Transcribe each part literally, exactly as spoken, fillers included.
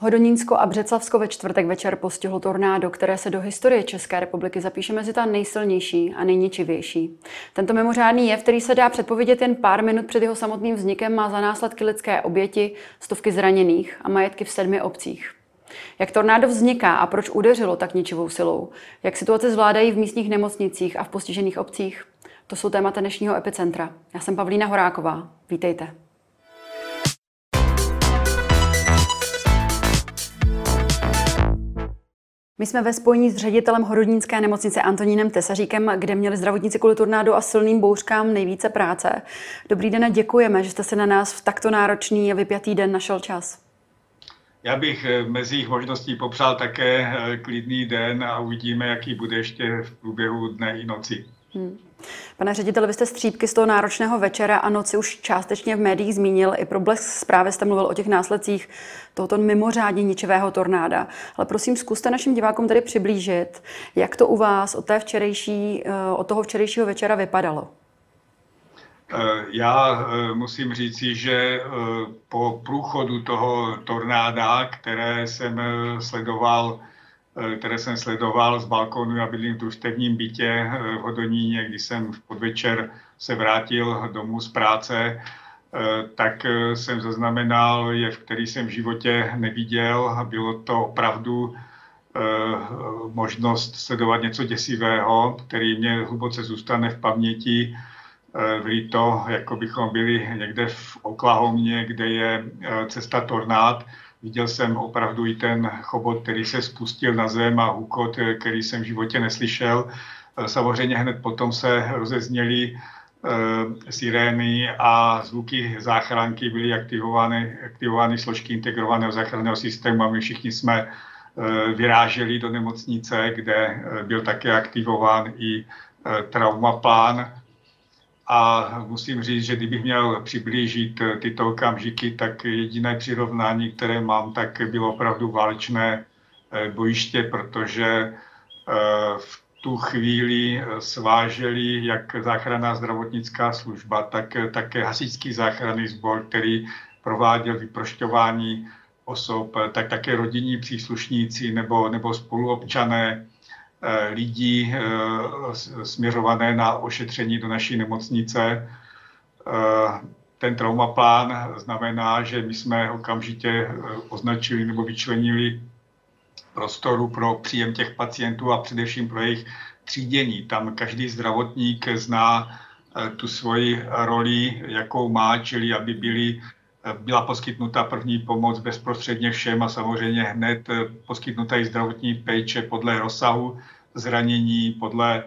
Hodonínsko a Břeclavsko ve čtvrtek večer postihlo tornádo, které se do historie České republiky zapíše mezi ta nejsilnější a nejničivější. Tento mimořádný jev, který se dá předpovědět jen pár minut před jeho samotným vznikem, má za následky lidské oběti, stovky zraněných a majetky v sedmi obcích. Jak tornádo vzniká a proč udeřilo tak ničivou silou? Jak situace zvládají v místních nemocnicích a v postižených obcích? To jsou témata dnešního Epicentra. Já jsem Pavlína Horáková. Vítejte. My jsme ve spojení s ředitelem Hodonínské nemocnice Antonínem Tesaříkem, kde měli zdravotníci kvůli tornádu a silným bouřkám nejvíce práce. Dobrý den a děkujeme, že jste si na nás v takto náročný a vypjatý den našel čas. Já bych mezi jejich možností popřál také klidný den a uvidíme, jaký bude ještě v průběhu dne i noci. Hmm. Pane řediteli, vy jste střípky z toho náročného večera a noci už částečně v médiích zmínil. I pro Blesk zprávy jste mluvil o těch následcích tohoto mimořádně ničivého tornáda. Ale prosím, zkuste našim divákům tady přiblížit, jak to u vás od, té včerejší, od toho včerejšího večera vypadalo. Já musím říci, že po průchodu toho tornáda, které jsem sledoval, které jsem sledoval z balkónu, já bydlím v družstevním bytě v Hodoníně, když jsem v podvečer se vrátil domů z práce, tak jsem zaznamenal jev, který jsem v životě neviděl. Bylo to opravdu možnost sledovat něco děsivého, který mě hluboce zůstane v paměti. Byli to, jako bychom byli někde v Oklahomě, kde je cesta tornád. Viděl jsem opravdu i ten chobot, který se spustil na zem a hukot, který jsem v životě neslyšel. Samozřejmě hned potom se rozezněly e, sirény a zvuky záchranky, byly aktivovány, aktivovány složky integrovaného záchranného systému a my všichni jsme e, vyráželi do nemocnice, kde byl také aktivován i e, traumaplán. A musím říct, že kdybych měl přiblížit tyto okamžiky, tak jediné přirovnání, které mám, tak bylo opravdu válečné bojiště, protože v tu chvíli sváželi jak záchranná zdravotnická služba, tak také hasičský záchranný sbor, který prováděl vyprošťování osob, tak také rodinní příslušníci nebo, nebo spoluobčané lidí směřované na ošetření do naší nemocnice. Ten traumaplán znamená, že my jsme okamžitě označili nebo vyčlenili prostoru pro příjem těch pacientů a především pro jejich třídění. Tam každý zdravotník zná tu svoji roli, jakou má, čili aby byli byla poskytnuta první pomoc bezprostředně všem a samozřejmě hned poskytnuta i zdravotní péče podle rozsahu zranění, podle,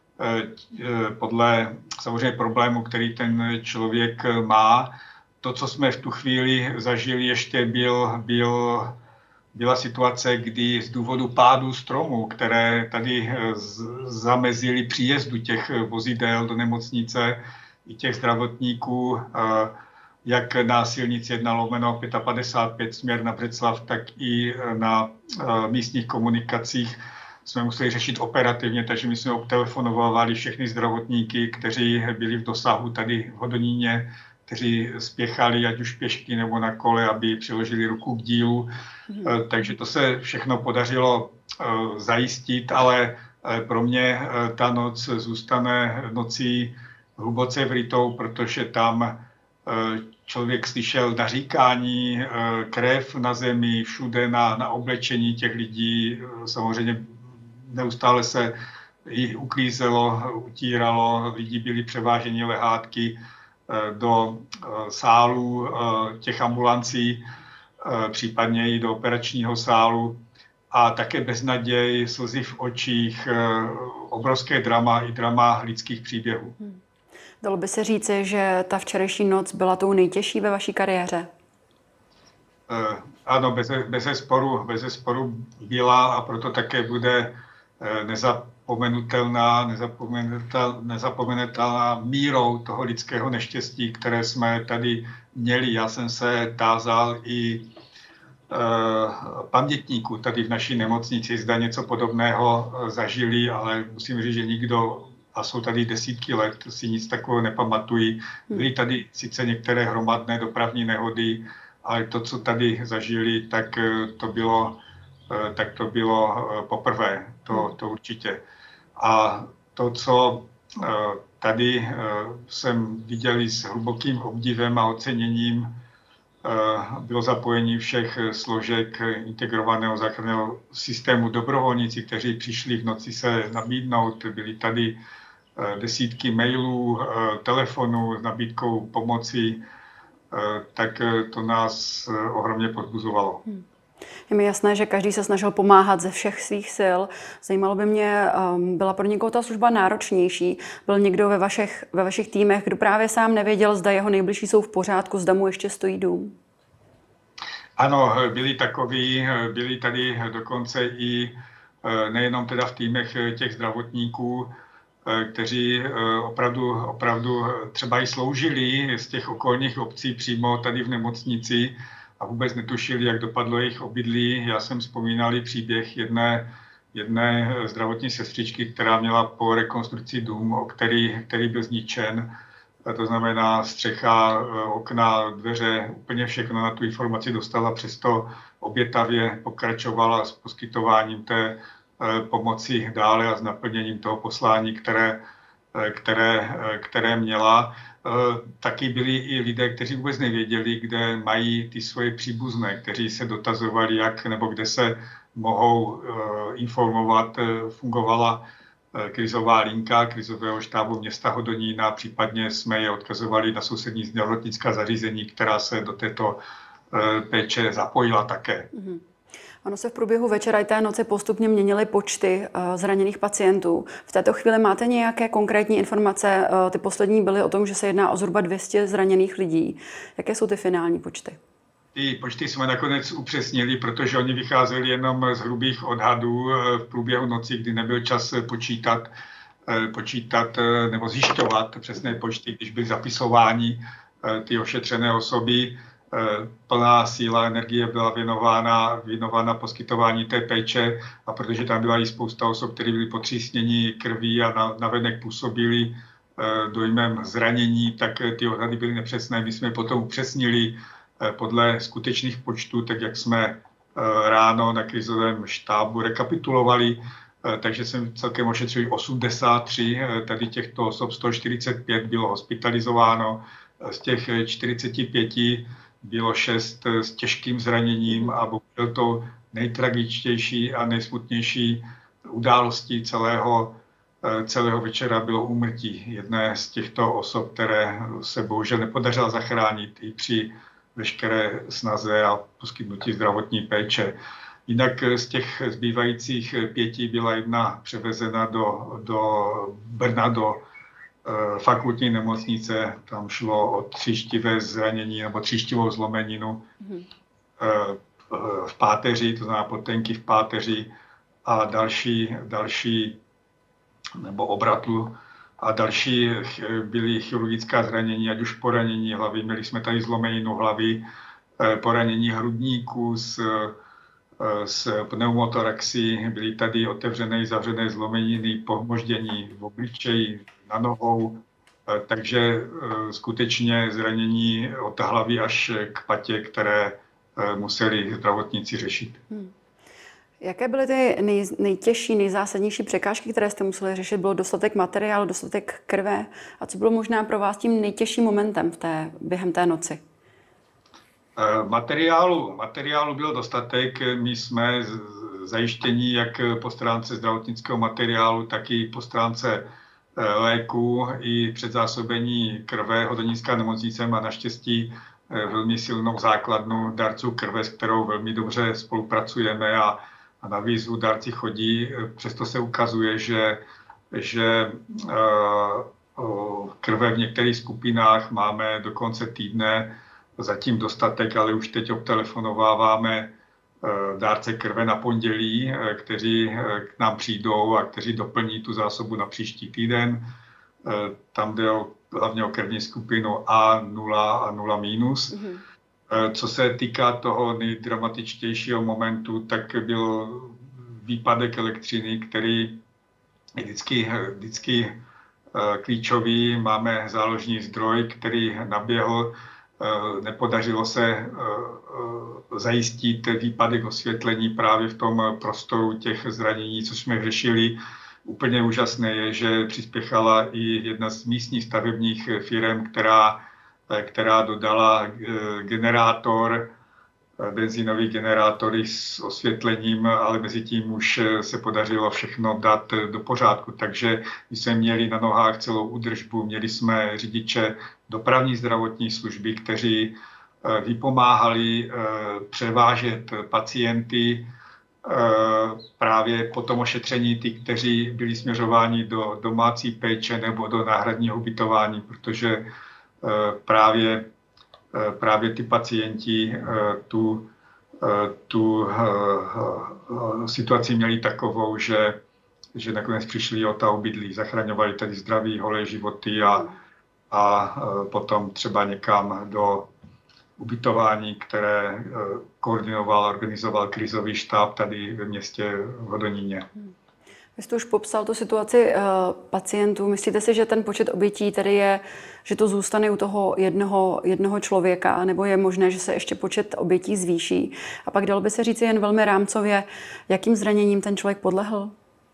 podle samozřejmě problému, který ten člověk má. To, co jsme v tu chvíli zažili, ještě byl, byl, byla situace, kdy z důvodu pádu stromů, které tady zamezily příjezdu těch vozidel do nemocnice i těch zdravotníků, jak na silnici jedna lomeno padesát pět směr na Břeclav, tak i na místních komunikacích jsme museli řešit operativně, takže my jsme obtelefonovali všechny zdravotníky, kteří byli v dosahu tady v Hodoníně, kteří spěchali, ať už pěšky nebo na kole, aby přiložili ruku k dílu. Mm. Takže to se všechno podařilo zajistit, ale pro mě ta noc zůstane nocí hluboce vrytou, protože tam člověk slyšel naříkání, krev na zemi, všude na, na oblečení těch lidí. Samozřejmě neustále se jich uklízelo, utíralo, lidi byli převáženi lehátky do sálů těch ambulancí, případně i do operačního sálu. A také beznaděj, slzy v očích, obrovské drama i drama lidských příběhů. Hmm. Dalo by se říci, že ta včerejší noc byla tou nejtěžší ve vaší kariéře? Uh, ano, bez, bez sporu, bez sporu byla a proto také bude uh, nezapomenutelná, nezapomenutelná, nezapomenutelná mírou toho lidského neštěstí, které jsme tady měli. Já jsem se tázal i uh, pamětníků tady v naší nemocnici, zda něco podobného uh, zažili, ale musím říct, že nikdo, a jsou tady desítky let, si nic takového nepamatují. Byly tady sice některé hromadné dopravní nehody, ale to, co tady zažili, tak to bylo, tak to bylo poprvé, to, to určitě. A to, co tady jsem viděl s hlubokým obdivem a oceněním, bylo zapojení všech složek integrovaného záchranného systému, dobrovolníci, kteří přišli v noci se nabídnout. Byly tady desítky mailů, telefonů s nabídkou pomoci, tak to nás ohromně povzbuzovalo. Hmm. Je mi jasné, že každý se snažil pomáhat ze všech svých sil. Zajímalo by mě, byla pro někoho ta služba náročnější? Byl někdo ve vašich, ve vašich týmech, kdo právě sám nevěděl, zda jeho nejbližší jsou v pořádku, zda mu ještě stojí dům? Ano, byli takoví, byli tady dokonce i nejenom teda v týmech těch zdravotníků, kteří opravdu, opravdu třeba i sloužili z těch okolních obcí přímo tady v nemocnici a vůbec netušili, jak dopadlo jejich obydlí. Já jsem vzpomínal příběh jedné, jedné zdravotní sestřičky, která měla po rekonstrukci dům, který, který byl zničen. To znamená střecha, okna, dveře, úplně všechno na tu informaci dostala, přesto obětavě pokračovala s poskytováním té pomoci dále a s naplněním toho poslání, které, které, které měla. Taky byli i lidé, kteří vůbec nevěděli, kde mají ty svoje příbuzné, kteří se dotazovali, jak nebo kde se mohou informovat. Fungovala krizová linka krizového štábu města Hodonína, případně jsme je odkazovali na sousední zdravotnická zařízení, která se do této péče zapojila také. Mm-hmm. Ono se v průběhu večera i té noci postupně měnily počty zraněných pacientů. V této chvíli máte nějaké konkrétní informace? Ty poslední byly o tom, že se jedná o zhruba dvě stě zraněných lidí. Jaké jsou ty finální počty? Ty počty jsme nakonec upřesnili, protože oni vycházeli jenom z hrubých odhadů v průběhu noci, kdy nebyl čas počítat, počítat nebo zjišťovat přesné počty, když byly zapisováni ty ošetřené osoby. Plná síla energie byla věnována, věnována poskytování té péče a protože tam byla i spousta osob, které byly potřísněni krví a navenek působili dojmem zranění, tak ty odhady byly nepřesné. My jsme potom upřesnili podle skutečných počtů, tak jak jsme ráno na krizovém štábu rekapitulovali, takže jsem celkem ošetřil osmdesát tři tady těchto osob, sto čtyřicet pět bylo hospitalizováno, z těch čtyřicet pět bylo šest s těžkým zraněním a byl to nejtragičtější a nejsmutnější událostí celého, celého večera bylo úmrtí jedné z těchto osob, které se bohužel nepodařilo zachránit i při veškeré snaze a poskytnutí zdravotní péče. Jinak z těch zbývajících pěti byla jedna převezena do, do Brna, do fakultní nemocnice, tam šlo o tříštivé zranění nebo tříštivou zlomeninu mm. v páteři, to znamená podtenky v páteři a další, další nebo obratlu a další byly chirurgická zranění, ať už poranění hlavy, měli jsme tady zlomeninu hlavy, poranění hrudníků s, s pneumotoraxí, byly tady otevřené i zavřené zlomeniny, pohmoždění v obličeji, na nohou, takže skutečně zranění od hlavy až k patě, které museli zdravotníci řešit. Hmm. Jaké byly ty nej, nejtěžší, nejzásadnější překážky, které jste museli řešit? Bylo dostatek materiálu, dostatek krve? A co bylo možná pro vás tím nejtěžším momentem v té, během té noci? Materiálu, materiálu bylo dostatek. My jsme zajištění jak po stránce zdravotnického materiálu, tak i po stránce léků i předzásobení krve. Hodonínská nemocnice má naštěstí velmi silnou základnu dárců krve, s kterou velmi dobře spolupracujeme a, a na výzvu dárci chodí. Přesto se ukazuje, že, že uh, krve v některých skupinách máme do konce týdne zatím dostatek, ale už teď obtelefonováváme dárce krve na pondělí, kteří k nám přijdou a kteří doplní tu zásobu na příští týden. Tam jde o, hlavně o krevní skupinu A nula a nula minus. Mm-hmm. Co se týká toho nejdramatičtějšího momentu, tak byl výpadek elektřiny, který je vždycky, vždycky klíčový. Máme záložní zdroj, který naběhl nepodařilo se zajistit výpadek osvětlení právě v tom prostoru těch zranění, co jsme řešili. Úplně úžasné je, že přispěchala i jedna z místních stavebních firm, která, která dodala generátor, benzínový generátory s osvětlením, ale mezi tím už se podařilo všechno dát do pořádku. Takže my jsme měli na nohách celou údržbu, měli jsme řidiče dopravní zdravotní služby, kteří vypomáhali převážet pacienty právě po tom ošetření, ty, kteří byli směřováni do domácí péče nebo do náhradního ubytování, protože právě právě ty pacienti tu, tu situaci měli takovou, že, že nakonec přišli o ta obydlí, zachraňovali tady zdraví, holé životy a, a potom třeba někam do ubytování, které koordinoval, organizoval krizový štáb tady ve městě v Hodoníně. Vy jste už popsal tu situaci uh, pacientů. Myslíte si, že ten počet obětí tedy je, že to zůstane u toho jednoho, jednoho člověka, nebo je možné, že se ještě počet obětí zvýší? A pak dalo by se říci jen velmi rámcově, jakým zraněním ten člověk podlehl?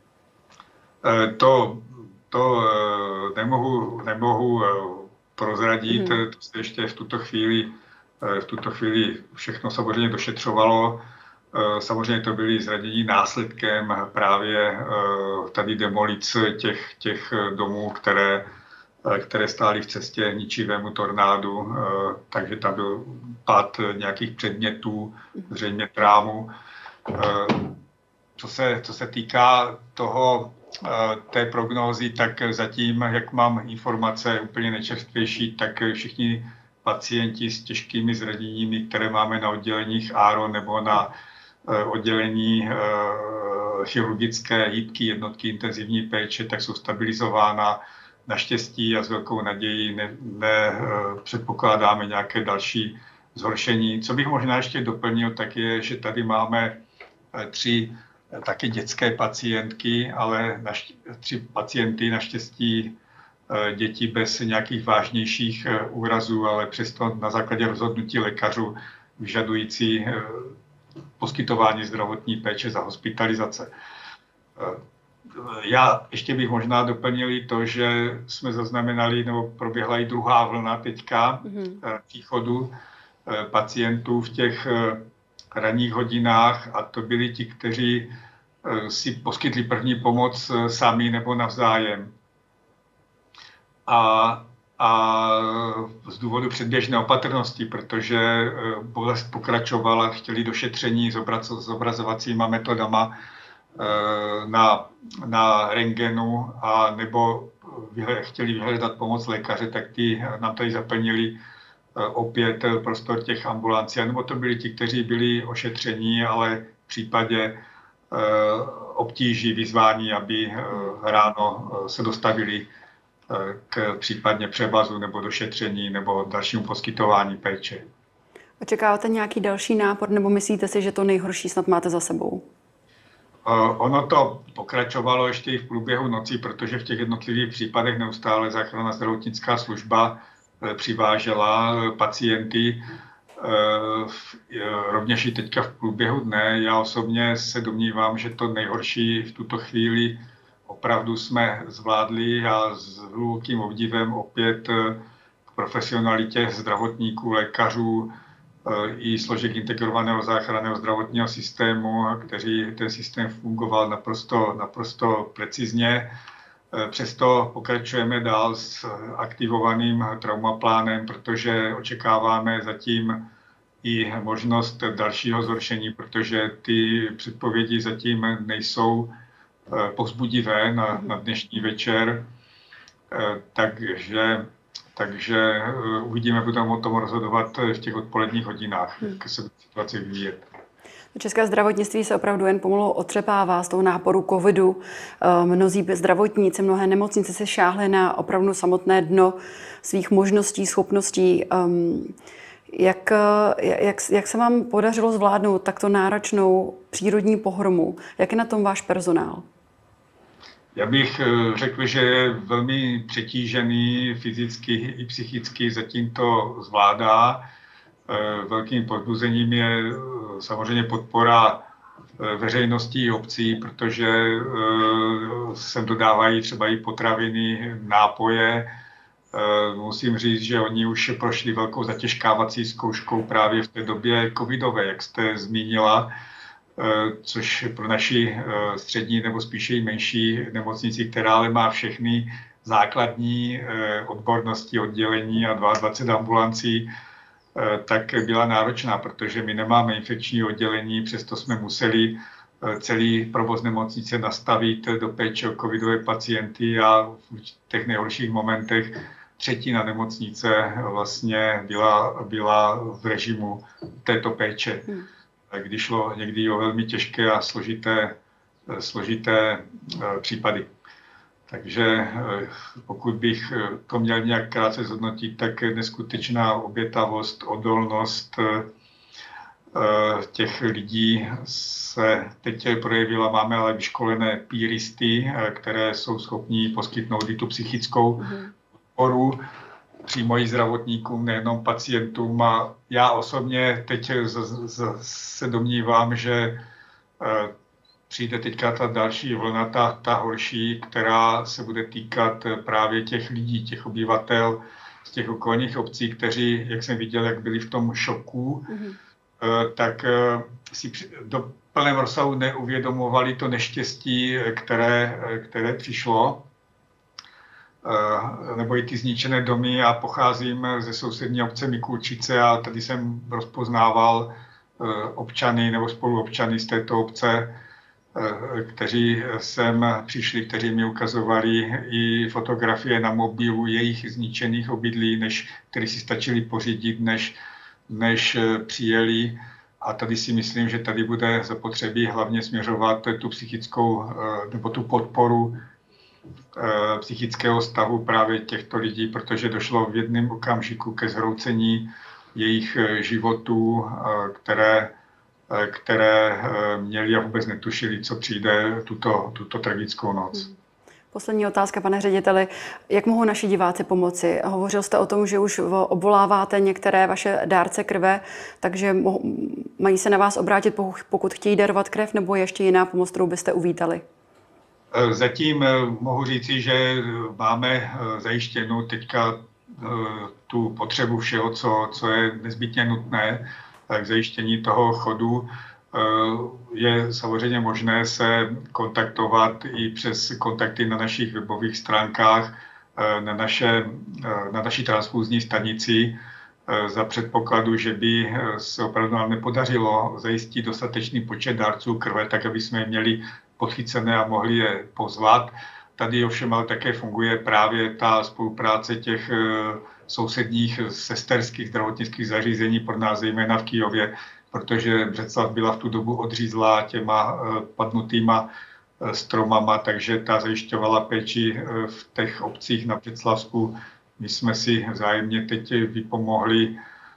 To, to nemohu, nemohu prozradit, hmm. to se ještě v tuto chvíli, v tuto chvíli všechno samozřejmě došetřovalo. Samozřejmě to byly zranění následkem právě tady demolic těch, těch domů, které, které stály v cestě ničivému tornádu, takže tam byl pád nějakých předmětů, zřejmě trámu. Co se, co se týká toho, té prognózy, tak zatím, jak mám informace úplně nejčerstvější, tak všichni pacienti s těžkými zraněními, které máme na odděleních Áro nebo na oddělení chirurgické hýbky jednotky intenzivní péče, tak jsou stabilizována. Naštěstí a s velkou nadějí ne, ne předpokládáme nějaké další zhoršení. Co bych možná ještě doplnil, tak je, že tady máme tři taky dětské pacientky, ale naš, tři pacienty, naštěstí děti bez nějakých vážnějších úrazů, ale přesto na základě rozhodnutí lékařů vyžadující poskytování zdravotní péče za hospitalizace. Já ještě bych možná doplnil i to, že jsme zaznamenali, nebo proběhla i druhá vlna teďka mm-hmm. příchodu pacientů v těch ranních hodinách a to byli ti, kteří si poskytli první pomoc sami nebo navzájem. A A z důvodu předběžné opatrnosti, protože bolest pokračovala, chtěli došetření s obrazovacíma metodama na, na rentgenu a nebo chtěli vyhledat pomoc lékaře, tak ti nám tady zaplnili opět prostor těch ambulancí. Nebo to byli ti, kteří byli ošetření, ale v případě obtíží, vyzvání, aby ráno se dostavili k případně převazu nebo došetření nebo dalšímu poskytování péče. Očekáváte nějaký další nápor nebo myslíte si, že to nejhorší snad máte za sebou? Ono to pokračovalo ještě i v průběhu noci, protože v těch jednotlivých případech neustále záchranná zdravotnická služba přivážela pacienty. Rovněž i teďka v průběhu dne. Já osobně se domnívám, že to nejhorší v tuto chvíli opravdu jsme zvládli a s hlubokým obdivem opět k profesionalitě zdravotníků, lékařů i složek integrovaného záchranného zdravotního systému, kteří ten systém fungoval naprosto, naprosto precizně. Přesto pokračujeme dál s aktivovaným traumaplánem, protože očekáváme zatím i možnost dalšího zhoršení, protože ty předpovědi zatím nejsou povzbudivé na, na dnešní večer, takže, takže uvidíme, budeme o tom rozhodovat v těch odpoledních hodinách, jak se bude situace vyvíjet. České zdravotnictví se opravdu jen pomalu otřepává z toho náporu covidu. Mnozí zdravotníci, mnohé nemocnice se šáhly na opravdu samotné dno svých možností, schopností. Jak, jak, jak se vám podařilo zvládnout takto náročnou přírodní pohromu? Jak je na tom váš personál? Já bych řekl, že je velmi přetížený fyzicky i psychicky, zatím to zvládá. Velkým povzbuzením je samozřejmě podpora veřejnosti i obcí, protože sem dodávají třeba i potraviny, nápoje. Musím říct, že oni už prošli velkou zatěžkávací zkouškou právě v té době covidové, jak jste zmínila, což pro naši střední nebo spíše i menší nemocnici, která ale má všechny základní odbornosti, oddělení a dvacet dva ambulancí, tak byla náročná, protože my nemáme infekční oddělení, přesto jsme museli celý provoz nemocnice nastavit do péče o covidové pacienty a v těch nejhorších momentech třetina nemocnice vlastně byla, byla v režimu této péče. Hmm. Když šlo někdy o velmi těžké a složité, složité případy. Takže pokud bych to měl nějak krátce zhodnotit, tak neskutečná obětavost, odolnost těch lidí se teď projevila. Máme ale vyškolené píristy, které jsou schopní poskytnout i tu psychickou podporu přímo i zdravotníkům, nejenom pacientům. A já osobně teď se domnívám, že přijde teďka ta další vlna, ta, ta horší, která se bude týkat právě těch lidí, těch obyvatel z těch okolních obcí, kteří, jak jsem viděl, jak byli v tom šoku, mm-hmm. tak si do plném rozsahu neuvědomovali to neštěstí, které, které přišlo, nebo i ty zničené domy. Já pocházím ze sousední obce Mikulčice a tady jsem rozpoznával občany nebo spoluobčany z této obce, kteří sem přišli, kteří mi ukazovali i fotografie na mobilu jejich zničených obydlí, než, které si stačili pořídit, než, než přijeli. A tady si myslím, že tady bude zapotřebí hlavně směřovat tu psychickou nebo tu podporu psychického stavu právě těchto lidí, protože došlo v jednom okamžiku ke zhroucení jejich životů, které které měli a vůbec netušili, co přijde tuto, tuto tragickou noc. Poslední otázka, pane řediteli. Jak mohou naši diváci pomoci? Hovořil jste o tom, že už obvoláváte některé vaše dárce krve, takže mají se na vás obrátit, pokud chtějí darovat krev, nebo ještě jiná pomoc, kterou byste uvítali? Zatím mohu říci, že máme zajištěnou teďka tu potřebu všeho, co, co je nezbytně nutné k zajištění toho chodu. Je samozřejmě možné se kontaktovat i přes kontakty na našich webových stránkách, na, naše, na naší transfúzní stanici, za předpokladu, že by se opravdu nám nepodařilo zajistit dostatečný počet dárců krve, tak aby jsme je měli podchycené a mohli je pozvat. Tady ovšem ale také funguje právě ta spolupráce těch sousedních sesterských zdravotnických zařízení, pro nás zejména v Kyjově, protože Břeclav byla v tu dobu odřízlá těma padnutýma stromama, takže ta zajišťovala péči v těch obcích na Břeclavsku. My jsme si vzájemně teď vypomohli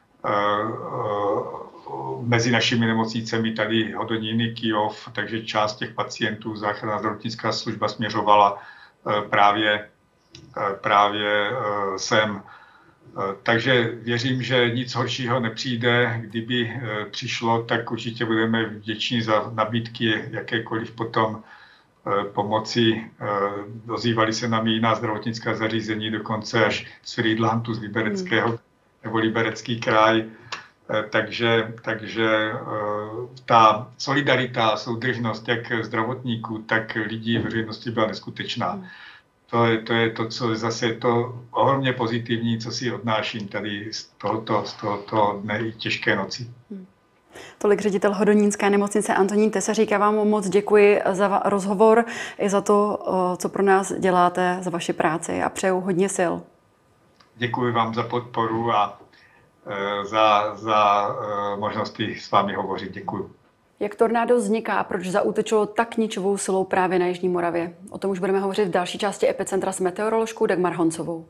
mezi našimi nemocnicemi tady Hodoníny, Kyjov, takže část těch pacientů záchranná zdravotnická služba směřovala právě, právě sem. Takže věřím, že nic horšího nepřijde. Kdyby přišlo, tak určitě budeme vděční za nabídky jakékoliv potom pomoci. Dozývali se nám jiná zdravotnická zařízení, dokonce až z Frýdlantu, z Libereckého nebo Liberecký kraj. Takže, takže ta solidarita, soudržnost jak zdravotníků, tak lidí veřejnosti byla neskutečná. To je, to je to, co je zase to ohromně pozitivní, co si odnáším tady z tohoto, z tohoto dne i těžké noci. Hmm. Tolik ředitel Hodonínské nemocnice Antonín Tesařík. Já vám moc děkuji za rozhovor i za to, co pro nás děláte, za vaši práci a přeju hodně sil. Děkuji vám za podporu a za, za možnosti s vámi hovořit. Děkuji. Jak tornádo vzniká a proč zaútočilo tak ničivou silou právě na Jižní Moravě? O tom už budeme hovořit v další části Epicentra s meteoroložkou Dagmar Honcovou.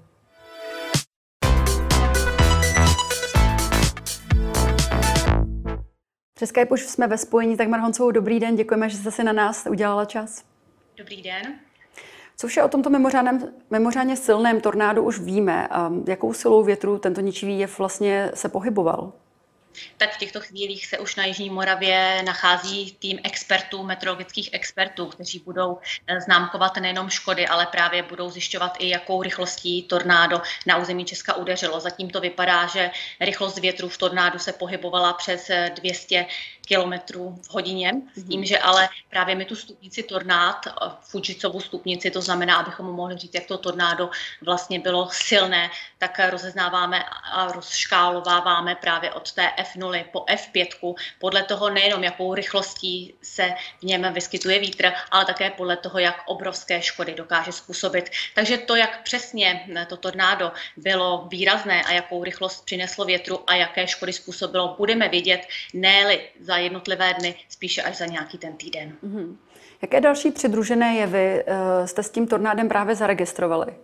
Přes Skype už jsme ve spojení. Dagmar Honcovou, dobrý den, děkujeme, že jste si na nás udělala čas. Dobrý den. Co vše o tomto mimořádně silném tornádu už víme a jakou silou větru tento ničivý jev vlastně se pohyboval? Tak v těchto chvílích se už na Jižní Moravě nachází tým expertů, meteorologických expertů, kteří budou známkovat nejenom škody, ale právě budou zjišťovat i jakou rychlostí tornádo na území Česka udeřilo. Zatím to vypadá, že rychlost větru v tornádu se pohybovala přes dvě stě kilometrů v hodině, s tím, že ale právě my tu stupnici tornád, Fujitsovu stupnici, to znamená, abychom mohli říct, jak to tornádo vlastně bylo silné, tak rozeznáváme a rozškálováváme právě od té F nula po F pět, podle toho nejenom, jakou rychlostí se v něm vyskytuje vítr, ale také podle toho, jak obrovské škody dokáže způsobit. Takže to, jak přesně to tornádo bylo výrazné a jakou rychlost přineslo větru a jaké škody způsobilo, budeme vědět ne-li za jednotlivé dny, spíše až za nějaký ten týden. Mm-hmm. Jaké další přidružené jevy uh, jste s tím tornádem právě zaregistrovali?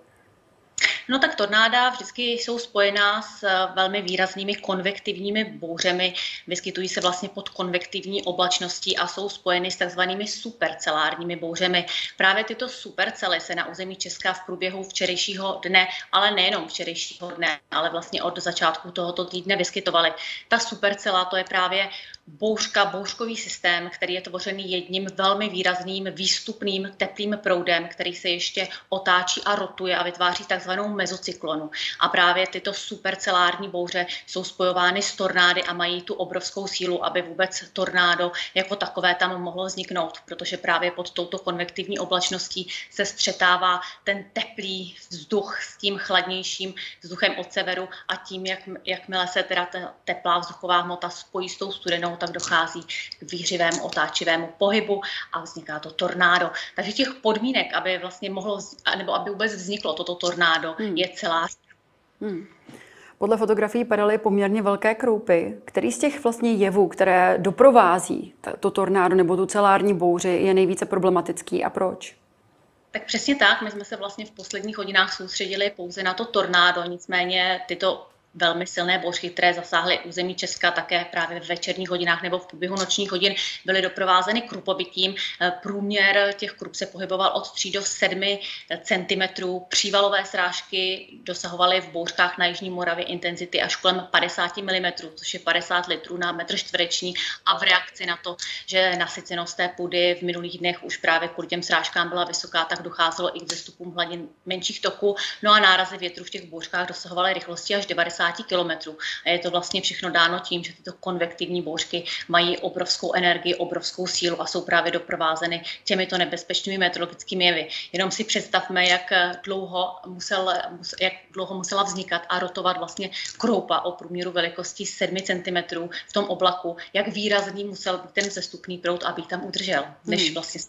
No tak tornáda vždycky jsou spojená s velmi výraznými konvektivními bouřemi, vyskytují se vlastně pod konvektivní oblačností a jsou spojeny s takzvanými supercelárními bouřemi. Právě tyto supercely se na území Česka v průběhu včerejšího dne, ale nejenom včerejšího dne, ale vlastně od začátku tohoto týdne vyskytovaly. Ta supercela, to je právě bouřka, bouřkový systém, který je tvořený jedním velmi výrazným výstupným teplým proudem, který se ještě otáčí a rotuje a vytváří takzvanou mezocyklonu. A právě tyto supercelární bouře jsou spojovány s tornády a mají tu obrovskou sílu, aby vůbec tornádo jako takové tam mohlo vzniknout, protože právě pod touto konvektivní oblačností se střetává ten teplý vzduch s tím chladnějším vzduchem od severu a tím, jak, jakmile se teda ta teplá vzduchová hmota spojí s tou studenou, tak dochází k výřivému otáčivému pohybu a vzniká to tornádo. Takže těch podmínek, aby vlastně mohlo, nebo aby vůbec vzniklo toto tornádo, hmm. je celá. Hmm. Podle fotografií padaly poměrně velké kroupy. Který z těch vlastně jevů, které doprovází to tornádo nebo tu celární bouři, je nejvíce problematický a proč? Tak přesně tak. My jsme se vlastně v posledních hodinách soustředili pouze na to tornádo, nicméně tyto velmi silné bouřky, které zasáhly území Česka také právě v večerních hodinách nebo v průběhu nočních hodin, byly doprovázeny krupobytím. Průměr těch krup se pohyboval od tří do sedmi centimetrů. Přívalové srážky dosahovaly v bouřkách na Jižní Moravě intenzity až kolem padesát milimetrů, což je padesát litrů na metr čtvereční. A v reakci na to, že nasycenost té půdy v minulých dnech už právě kvůli těm srážkám byla vysoká, tak docházelo i k vzestupům hladin menších toků. No a nárazy větru v těch bouřkách dosahovaly rychlosti až devadesát kilometrů. A je to vlastně všechno dáno tím, že tyto konvektivní bouřky mají obrovskou energii, obrovskou sílu a jsou právě doprovázeny těmito nebezpečnými meteorologickými jevy. Jenom si představme, jak dlouho, musel, jak dlouho musela vznikat a rotovat vlastně kroupa o průměru velikosti sedmi centimetrů v tom oblaku, jak výrazný musel být ten vzestupný proud, aby tam udržel, než hmm. vlastně.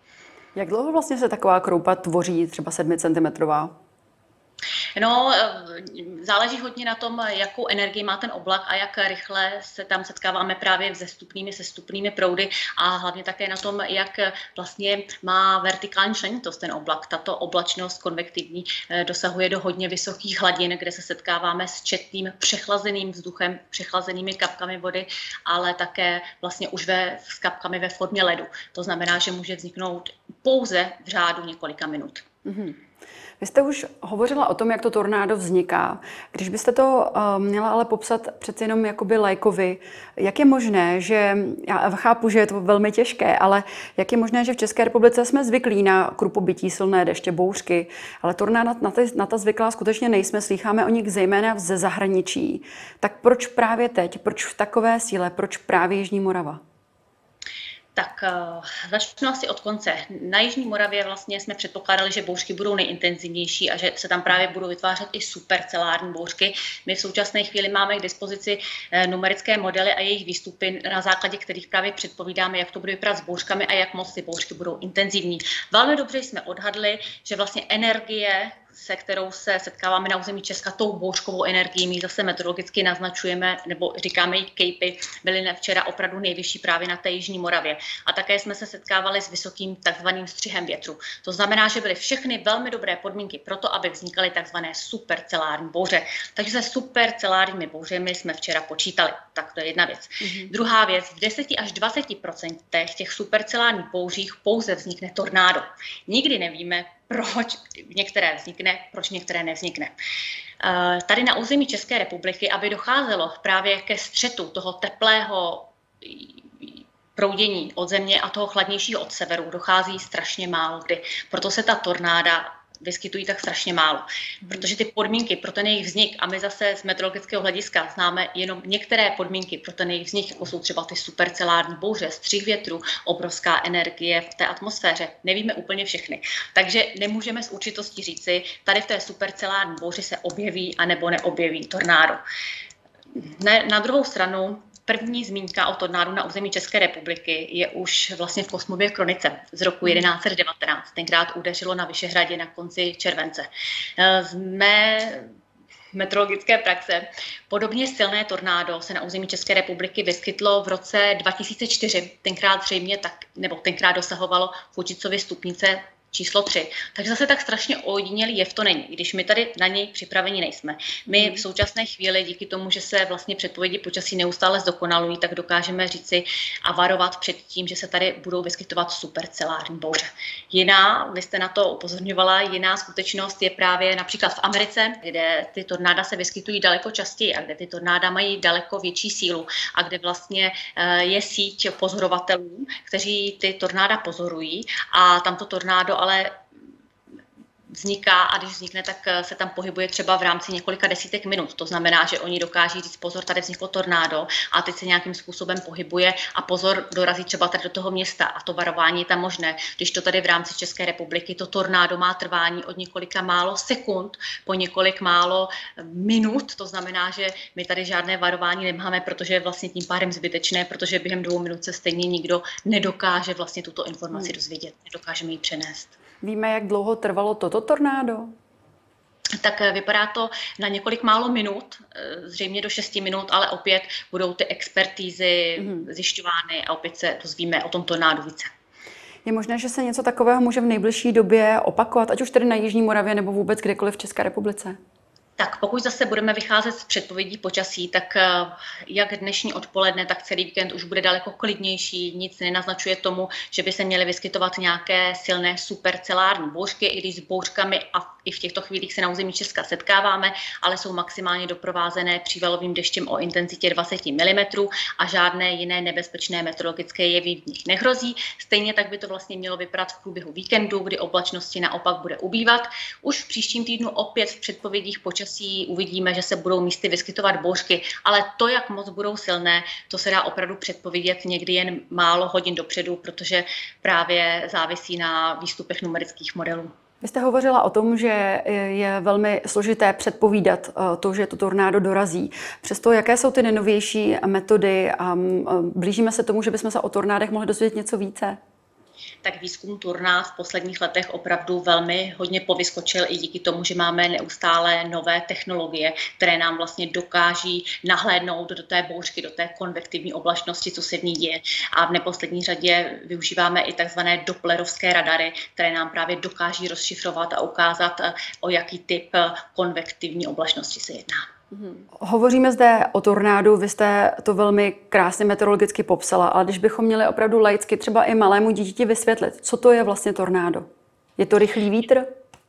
Jak dlouho vlastně se taková kroupa tvoří, třeba sedmicentimetrová? No, záleží hodně na tom, jakou energii má ten oblak a jak rychle se tam setkáváme právě vzestupnými, sestupnými proudy a hlavně také na tom, jak vlastně má vertikální členitost ten oblak. Tato oblačnost konvektivní dosahuje do hodně vysokých hladin, kde se setkáváme s četným přechlazeným vzduchem, přechlazenými kapkami vody, ale také vlastně už ve, s kapkami ve formě ledu. To znamená, že může vzniknout pouze v řádu několika minut. Mm-hmm. Vy jste už hovořila o tom, jak to tornádo vzniká. Když byste to uh, měla ale popsat přeci jenom jakoby lajkovi, jak je možné, že, já chápu, že je to velmi těžké, ale jak je možné, že v České republice jsme zvyklí na krupobytí, silné deště, bouřky, ale tornáda na, ty, na ta zvyklá skutečně nejsme, slýcháme o nich zejména ze zahraničí. Tak proč právě teď, proč v takové síle, proč právě Jižní Morava? Tak uh, začnu asi od konce. Na Jižní Moravě vlastně jsme předpokládali, že bouřky budou nejintenzivnější a že se tam právě budou vytvářet i supercelární bouřky. My v současné chvíli máme k dispozici uh, numerické modely a jejich výstupy, na základě kterých právě předpovídáme, jak to bude vypadat s bouřkami a jak moc ty bouřky budou intenzivní. Velmi dobře jsme odhadli, že vlastně energie, se kterou se setkáváme na území Česka, tou bouřkovou energií, my zase meteorologicky naznačujeme, nebo říkáme jí kejpy, byly včera opravdu nejvyšší právě na té Jižní Moravě. A také jsme se setkávali s vysokým takzvaným střihem větru. To znamená, že byly všechny velmi dobré podmínky pro to, aby vznikaly takzvané supercelární bouře. Takže se supercelárními bouřemi jsme včera počítali. Tak to je jedna věc. Mm-hmm. Druhá věc, v deseti až dvaceti procentech těch supercelárních bouřích pouze vznikne tornádo. Nikdy nevíme, proč některé vznikne, proč některé nevznikne. Tady na území České republiky, aby docházelo právě ke střetu toho teplého proudění od země a toho chladnějšího od severu, dochází strašně málo kdy. Proto se ta tornáda vyskytují tak strašně málo. Protože ty podmínky pro ten jejich vznik, a my zase z meteorologického hlediska známe jenom některé podmínky pro ten jejich vznik, jako jsou třeba ty supercelární bouře, střih větru, obrovská energie v té atmosféře. Nevíme úplně všechny. Takže nemůžeme s určitostí říci, tady v té supercelární bouři se objeví anebo neobjeví tornádo. Ne, na druhou stranu, první zmínka o tornádu na území České republiky je už vlastně v Kosmově kronice z roku jedenáct set devatenáct. Tenkrát udeřilo na Vyšehradě na konci července. Z mé meteorologické praxe podobně silné tornádo se na území České republiky vyskytlo v roce dva tisíce čtyři. Tenkrát zřejmě tak, nebo tenkrát dosahovalo Fučicovy stupnice číslo tři. Takže zase tak strašně ojedinělý jev to není, když my tady na něj připraveni nejsme. My v současné chvíli díky tomu, že se vlastně předpovědi počasí neustále zdokonalují, tak dokážeme říci a varovat před tím, že se tady budou vyskytovat supercelární bouře. Jiná, vy jste na to upozorňovala, jiná skutečnost je právě například v Americe, kde ty tornáda se vyskytují daleko častěji a kde ty tornáda mají daleko větší sílu a kde vlastně je síť pozorovatelů, kteří ty tornáda pozorují a tamto tornádo ale vzniká a když vznikne, tak se tam pohybuje třeba v rámci několika desítek minut. To znamená, že oni dokáží říct pozor, tady vzniklo tornádo a teď se nějakým způsobem pohybuje a pozor, dorazí třeba tady do toho města a to varování je tam možné. Když to tady v rámci České republiky, to tornádo má trvání od několika málo sekund po několik málo minut, to znamená, že my tady žádné varování nemáme, protože je vlastně tím pádem zbytečné, protože během dvou minut se stejně nikdo nedokáže vlastně tuto informaci hmm. dozvědět, nedokážeme ji přenést. Víme, jak dlouho trvalo toto tornádo? Tak vypadá to na několik málo minut, zřejmě do šesti minut, ale opět budou ty expertízy mm. zjišťovány a opět se dozvíme o tom tornádu více. Je možné, že se něco takového může v nejbližší době opakovat, ať už tedy na Jižní Moravě nebo vůbec kdekoliv v České republice? Tak pokud zase budeme vycházet z předpovědí počasí, tak jak dnešní odpoledne, tak celý víkend už bude daleko klidnější. Nic nenaznačuje tomu, že by se měly vyskytovat nějaké silné supercelární bouřky, i když s bouřkami a i v těchto chvílích se na území Česka setkáváme, ale jsou maximálně doprovázené přívalovým deštěm o intenzitě dvacet milimetrů a žádné jiné nebezpečné meteorologické jevy v nich nehrozí. Stejně tak by to vlastně mělo vypadat v průběhu víkendu, kdy oblačnosti naopak bude ubývat. Už v příštím týdnu opět v předpovědích počasí uvidíme, že se budou místy vyskytovat bouřky, ale to, jak moc budou silné, to se dá opravdu předpovědět někdy jen málo hodin dopředu, protože právě závisí na výstupech numerických modelů. Vy jste hovořila o tom, že je velmi složité předpovídat to, že to tornádo dorazí. Přesto, jaké jsou ty nejnovější metody a blížíme se tomu, že bychom se o tornádech mohli dozvědět něco více? Tak výzkum tornád v posledních letech opravdu velmi hodně povyskočil i díky tomu, že máme neustále nové technologie, které nám vlastně dokáží nahlédnout do té bouřky, do té konvektivní oblačnosti, co se v ní děje. A v neposlední řadě využíváme i takzvané dopplerovské radary, které nám právě dokáží rozšifrovat a ukázat, o jaký typ konvektivní oblačnosti se jedná. Hovoříme zde o tornádu, vy jste to velmi krásně meteorologicky popsala, ale když bychom měli opravdu laicky třeba i malému dítěti vysvětlit, co to je vlastně tornádo? Je to rychlý vítr?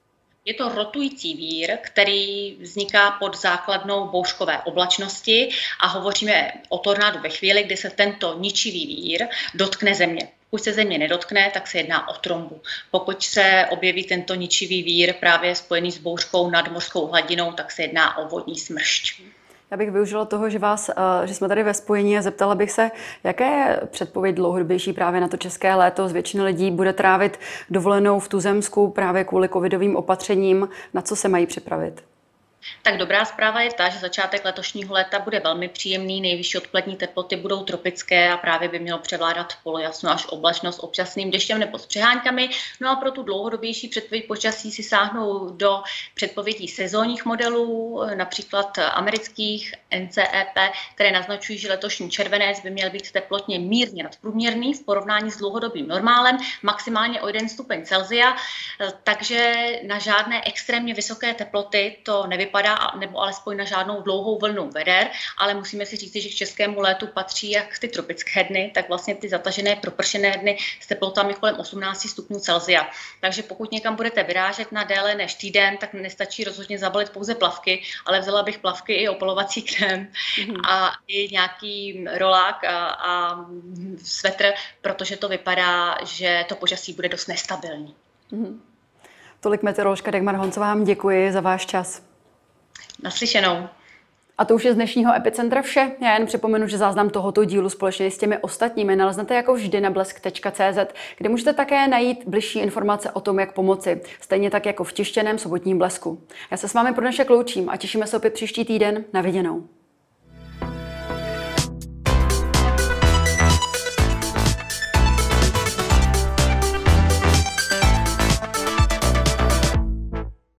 Je to rotující vír, který vzniká pod základnou bouřkové oblačnosti a hovoříme o tornádu ve chvíli, kdy se tento ničivý vír dotkne země. Pokud se země nedotkne, tak se jedná o trombu. Pokud se objeví tento ničivý vír právě spojený s bouřkou nad mořskou hladinou, tak se jedná o vodní smršť. Já bych využila toho, že, vás, že jsme tady ve spojení a zeptala bych se, jaké je předpověď dlouhodobější právě na to české léto. Z většiny lidí bude trávit dovolenou v tuzemsku právě kvůli covidovým opatřením. Na co se mají připravit? Tak dobrá zpráva je ta, že začátek letošního léta bude velmi příjemný, nejvyšší odpolední teploty budou tropické a právě by mělo převládat polojasno až oblačnost občasným deštěm nebo s přeháňkami. No a pro tu dlouhodobější předpověď počasí si sáhnou do předpovědí sezónních modelů, například amerických N C E P, které naznačují, že letošní červenec by měl být teplotně mírně nadprůměrný v porovnání s dlouhodobým normálem, maximálně o jeden stupeň Celsia, takže na žádné extrémně vysoké teploty to nevypadá. nevypadá, nebo alespoň na žádnou dlouhou vlnu veder, ale musíme si říct, že k českému létu patří jak ty tropické dny, tak vlastně ty zatažené, propršené dny s teplotami kolem osmnáct stupňů Celsia. Takže pokud někam budete vyrážet na déle než týden, tak nestačí rozhodně zabalit pouze plavky, ale vzala bych plavky i opalovací krém mm-hmm. a i nějaký rolák a, a svetr, protože to vypadá, že to počasí bude dost nestabilní. Mm-hmm. Tolik meteoroložka Dagmar Honcová, vám děkuji za váš čas. Naslyšenou. A to už je z dnešního Epicentra vše. Já jen připomenu, že záznam tohoto dílu společně s těmi ostatními naleznete jako vždy na blesk tečka cé zet, kde můžete také najít bližší informace o tom, jak pomoci. Stejně tak jako v tištěném sobotním Blesku. Já se s vámi pro dnešek loučím a těšíme se opět příští týden. Na viděnou.